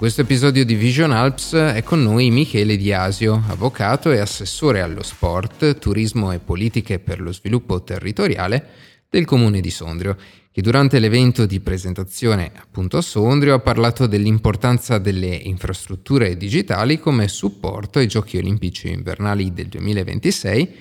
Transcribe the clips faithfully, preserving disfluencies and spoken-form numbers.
questo episodio di Vision Alps è con noi Michele Di Asio, avvocato e assessore allo sport, turismo e politiche per lo sviluppo territoriale del comune di Sondrio, che durante l'evento di presentazione appunto a Sondrio ha parlato dell'importanza delle infrastrutture digitali come supporto ai Giochi Olimpici Invernali del duemilaventisei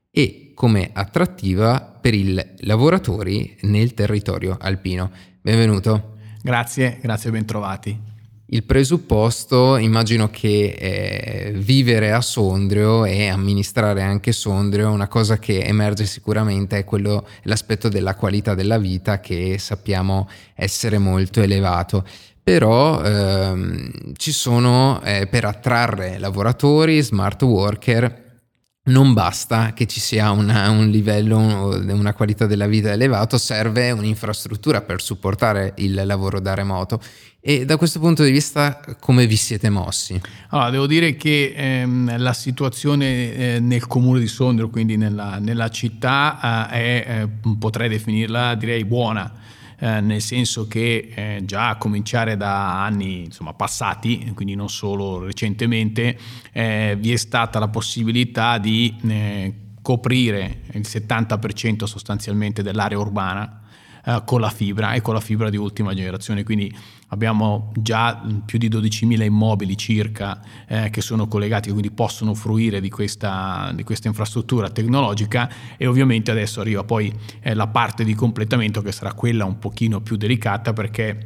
e come attrattiva per i lavoratori nel territorio alpino. Benvenuto. Grazie, grazie e bentrovati. Il presupposto, immagino che eh, vivere a Sondrio e amministrare anche Sondrio, una cosa che emerge sicuramente è quello, l'aspetto della qualità della vita, che sappiamo essere molto elevato. Però ehm, ci sono, eh, per attrarre lavoratori, smart worker, non basta che ci sia una, un livello, una qualità della vita elevato, serve un'infrastruttura per supportare il lavoro da remoto. E da questo punto di vista come vi siete mossi? Allora, devo dire che ehm, la situazione eh, nel comune di Sondrio, quindi nella, nella città, eh, è, eh, potrei definirla, direi, buona. Eh, nel senso che eh, già a cominciare da anni insomma, passati, quindi non solo recentemente, eh, vi è stata la possibilità di eh, coprire il settanta per cento sostanzialmente dell'area urbana eh, con la fibra e con la fibra di ultima generazione, quindi abbiamo già più di dodicimila immobili circa eh, che sono collegati, quindi possono fruire di questa, di questa infrastruttura tecnologica, e ovviamente adesso arriva poi eh, la parte di completamento, che sarà quella un pochino più delicata, perché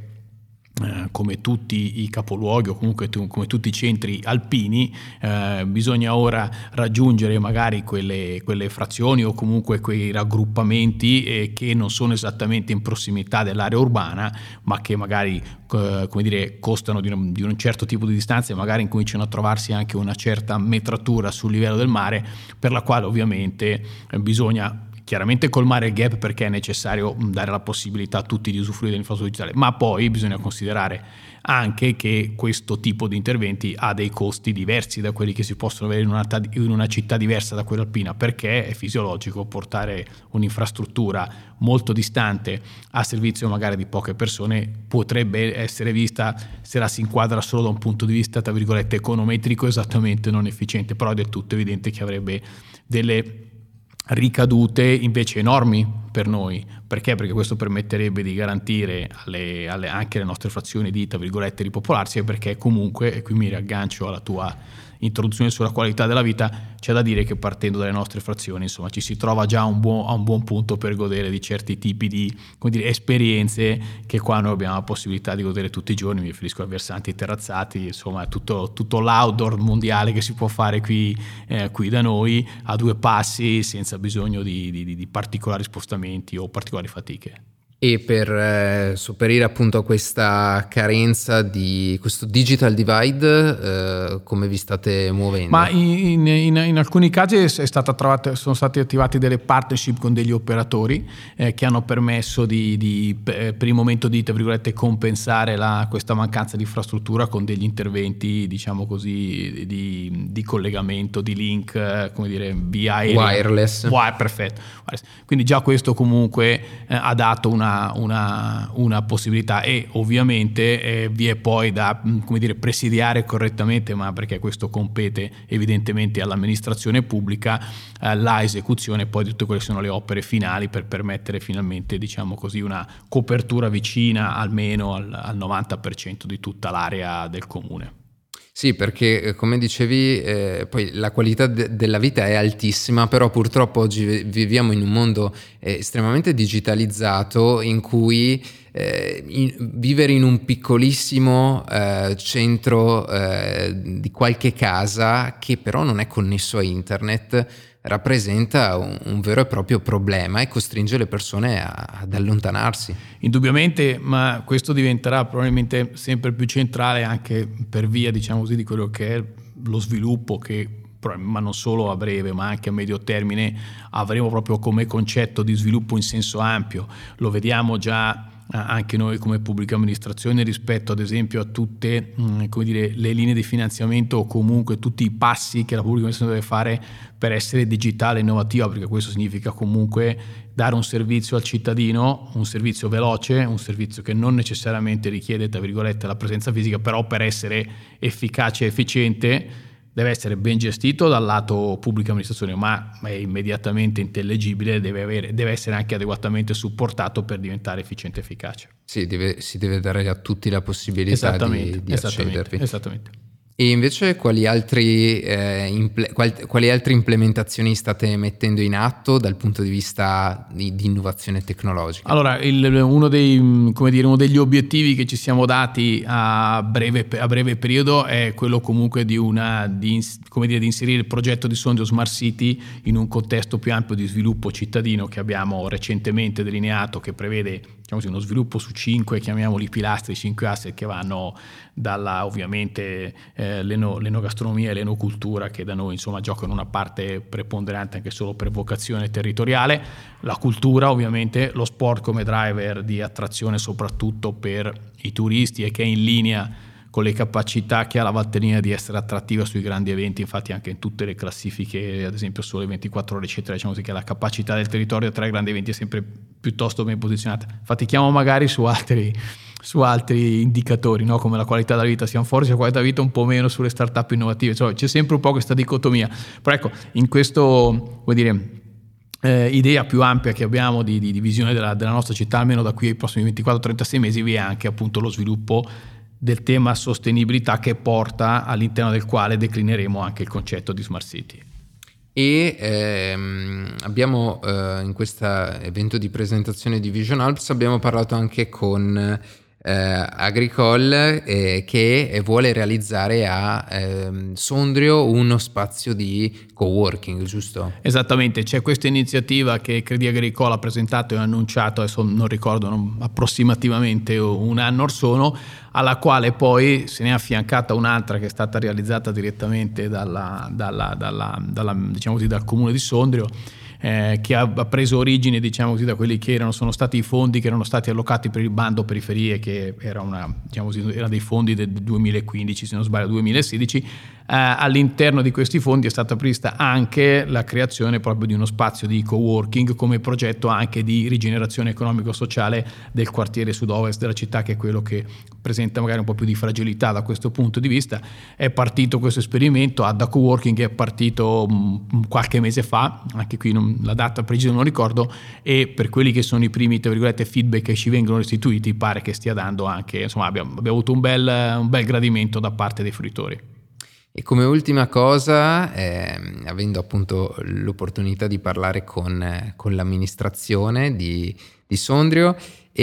Eh, come tutti i capoluoghi o comunque tu, come tutti i centri alpini eh, bisogna ora raggiungere magari quelle, quelle frazioni o comunque quei raggruppamenti eh, che non sono esattamente in prossimità dell'area urbana, ma che magari eh, come dire, costano di un, di un certo tipo di distanza e magari incominciano a trovarsi anche una certa metratura sul livello del mare, per la quale ovviamente eh, bisogna chiaramente colmare il gap, perché è necessario dare la possibilità a tutti di usufruire dell'infrastruttura digitale, ma poi bisogna considerare anche che questo tipo di interventi ha dei costi diversi da quelli che si possono avere in una, in una città diversa da quella alpina, perché è fisiologico portare un'infrastruttura molto distante a servizio magari di poche persone. Potrebbe essere vista, se la si inquadra solo da un punto di vista tra virgolette econometrico, esattamente non efficiente, però è del tutto evidente che avrebbe delle ricadute invece enormi per noi. Perché? Perché questo permetterebbe di garantire alle, alle, anche alle nostre frazioni di, tra virgolette, ripopolarsi, e perché comunque, e qui mi riaggancio alla tua introduzione sulla qualità della vita, c'è da dire che partendo dalle nostre frazioni insomma ci si trova già a un buon, a un buon punto per godere di certi tipi di, come dire, esperienze che qua noi abbiamo la possibilità di godere tutti i giorni. Mi riferisco a versanti terrazzati, insomma tutto, tutto l'outdoor mondiale che si può fare qui, eh, qui da noi a due passi, senza bisogno di, di, di particolari spostamenti o particolari fatiche. E per eh, sopperire appunto a questa carenza, di questo digital divide, eh, come vi state muovendo? Ma in, in, in alcuni casi è stata trovata, sono stati attivati delle partnership con degli operatori eh, che hanno permesso di, di per il momento di, tra virgolette, compensare la, questa mancanza di infrastruttura con degli interventi, diciamo così, di, di collegamento, di link, eh, come dire, via aereo. Wireless. Wire, perfetto. Quindi già questo comunque eh, ha dato una Una, una possibilità, e ovviamente eh, vi è poi da, come dire, presidiare correttamente, ma perché questo compete evidentemente all'amministrazione pubblica, eh, la esecuzione poi di tutte quelle che sono le opere finali, per permettere finalmente, diciamo così, una copertura vicina almeno al, al novanta per cento di tutta l'area del comune. Sì, perché come dicevi eh, poi la qualità de- della vita è altissima, però purtroppo oggi viviamo in un mondo eh, estremamente digitalizzato, in cui eh, in, vivere in un piccolissimo eh, centro eh, di qualche casa che però non è connesso a internet rappresenta un, un vero e proprio problema e costringe le persone a, ad allontanarsi. Indubbiamente, ma questo diventerà probabilmente sempre più centrale anche per via, diciamo così, di quello che è lo sviluppo che, ma non solo a breve ma anche a medio termine, avremo proprio come concetto di sviluppo in senso ampio. Lo vediamo già anche noi come pubblica amministrazione rispetto ad esempio a tutte come dire, le linee di finanziamento o comunque tutti i passi che la pubblica amministrazione deve fare per essere digitale e innovativa, perché questo significa comunque dare un servizio al cittadino, un servizio veloce, un servizio che non necessariamente richiede, tra virgolette, la presenza fisica, però per essere efficace e efficiente deve essere ben gestito dal lato pubblica amministrazione, ma è immediatamente intellegibile, deve, avere, deve essere anche adeguatamente supportato per diventare efficiente e efficace. Sì, deve, si deve dare a tutti la possibilità di, di esattamente, accedervi. Esattamente. E invece quali, altri, eh, imple- quali, quali altre implementazioni state mettendo in atto dal punto di vista di, di innovazione tecnologica? Allora, il, uno, dei, come dire, uno degli obiettivi che ci siamo dati a breve, a breve periodo è quello comunque di, una, di, come dire, di inserire il progetto di Sondrio Smart City in un contesto più ampio di sviluppo cittadino che abbiamo recentemente delineato, che prevede, diciamo così, uno sviluppo su cinque, chiamiamoli pilastri, cinque asset che vanno dalla ovviamente eh, l'eno, l'enogastronomia e l'enocultura, che da noi insomma giocano una parte preponderante anche solo per vocazione territoriale, la cultura ovviamente, lo sport come driver di attrazione soprattutto per i turisti e che è in linea con le capacità che ha la Valtellina di essere attrattiva sui grandi eventi, infatti anche in tutte le classifiche, ad esempio Sole ventiquattro ore eccetera, diciamo così, che la capacità del territorio tra i grandi eventi è sempre piuttosto ben posizionata. Fatichiamo magari su altri su altri indicatori, no? Come la qualità della vita, siamo forti sulla qualità della vita, un po' meno sulle start-up innovative, cioè, c'è sempre un po' questa dicotomia, però ecco, in questo, vuol dire, eh, idea più ampia che abbiamo di, di, di visione della, della nostra città, almeno da qui ai prossimi ventiquattro trentasei mesi, vi è anche appunto lo sviluppo del tema sostenibilità, che porta all'interno del quale declineremo anche il concetto di Smart City. E ehm, abbiamo eh, in questo evento di presentazione di Vision Alps abbiamo parlato anche con eh, Agricol eh, che vuole realizzare a eh, Sondrio uno spazio di coworking, giusto? Esattamente, c'è questa iniziativa che Crédit Agricole ha presentato e annunciato, adesso non ricordo, non, approssimativamente un anno or sono, alla quale poi se ne è affiancata un'altra che è stata realizzata direttamente dalla, dalla, dalla, dalla, diciamo così, dal comune di Sondrio, eh, che ha preso origine, diciamo così, da quelli che erano sono stati i fondi che erano stati allocati per il bando periferie, che era una, diciamo così, era dei fondi del duemilaquindici, se non sbaglio duemilasedici. Eh, all'interno di questi fondi è stata prevista anche la creazione proprio di uno spazio di coworking come progetto anche di rigenerazione economico-sociale del quartiere sud-ovest della città, che è quello che presenta magari un po' più di fragilità da questo punto di vista. È partito questo esperimento, Adda Coworking è partito mh, qualche mese fa, anche qui non, la data precisa non ricordo, e per quelli che sono i primi, tra virgolette, feedback che ci vengono restituiti pare che stia dando anche, insomma abbiamo, abbiamo avuto un bel, un bel gradimento da parte dei fruitori. E come ultima cosa, eh, avendo appunto l'opportunità di parlare con, con l'amministrazione di, di Sondrio,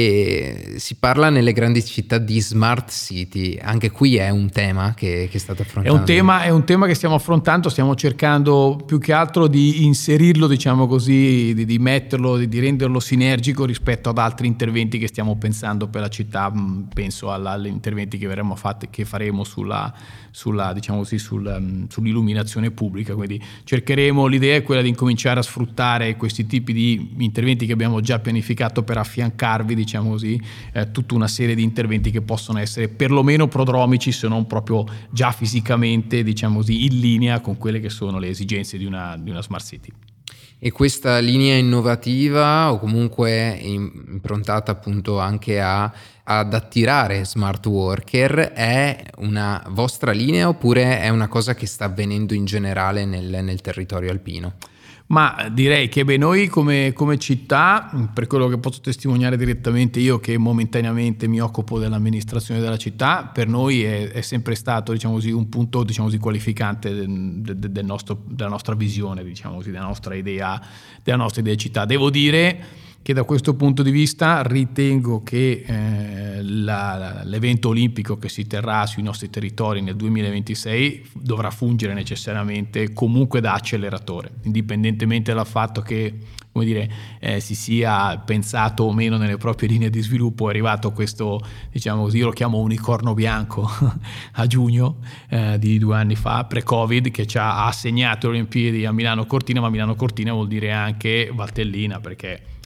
e si parla nelle grandi città di smart city, anche qui è un tema che, che state affrontando. È un tema, è un tema che stiamo affrontando, stiamo cercando più che altro di inserirlo, diciamo così, di, di metterlo, di, di renderlo sinergico rispetto ad altri interventi che stiamo pensando per la città. Penso alla, agli interventi che verremo fatti, che faremo sulla, sulla diciamo così, sul, sull'illuminazione pubblica, quindi cercheremo, l'idea è quella di incominciare a sfruttare questi tipi di interventi che abbiamo già pianificato per affiancarvi, diciamo così, eh, tutta una serie di interventi che possono essere perlomeno prodromici, se non proprio già fisicamente, diciamo così, in linea con quelle che sono le esigenze di una, di una smart city. E questa linea innovativa, o comunque improntata appunto anche a, ad attirare smart worker, è una vostra linea oppure è una cosa che sta avvenendo in generale nel, nel territorio alpino? Ma direi che beh, noi come, come città, per quello che posso testimoniare direttamente io, che momentaneamente mi occupo dell'amministrazione della città, per noi è, è sempre stato, diciamo così, un punto, diciamo così, qualificante del, del nostro, della nostra visione, diciamo così, della nostra idea, della nostra idea di città. Devo dire che da questo punto di vista ritengo che eh, la, l'evento olimpico che si terrà sui nostri territori nel duemilaventisei dovrà fungere necessariamente comunque da acceleratore, indipendentemente dal fatto che, come dire, eh, si sia pensato o meno nelle proprie linee di sviluppo. È arrivato questo, diciamo così, io lo chiamo unicorno bianco a giugno eh, di due anni fa, pre-Covid, che ci ha assegnato le Olimpiadi a Milano Cortina, ma Milano Cortina vuol dire anche Valtellina, perché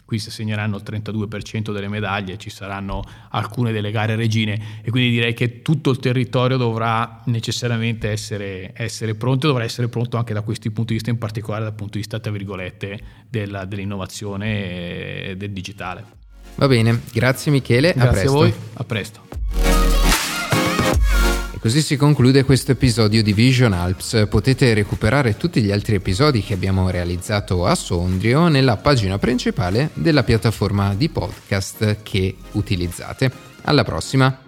qui si assegneranno il trentadue per cento delle medaglie, ci saranno alcune delle gare regine e quindi direi che tutto il territorio dovrà necessariamente essere, essere pronto, dovrà essere pronto anche da questi punti di vista, in particolare dal punto di vista, tra virgolette, della, dell'innovazione e del digitale. Va bene, grazie Michele, grazie a presto. a voi, a presto. Così si conclude questo episodio di Vision Alps. Potete recuperare tutti gli altri episodi che abbiamo realizzato a Sondrio nella pagina principale della piattaforma di podcast che utilizzate. Alla prossima!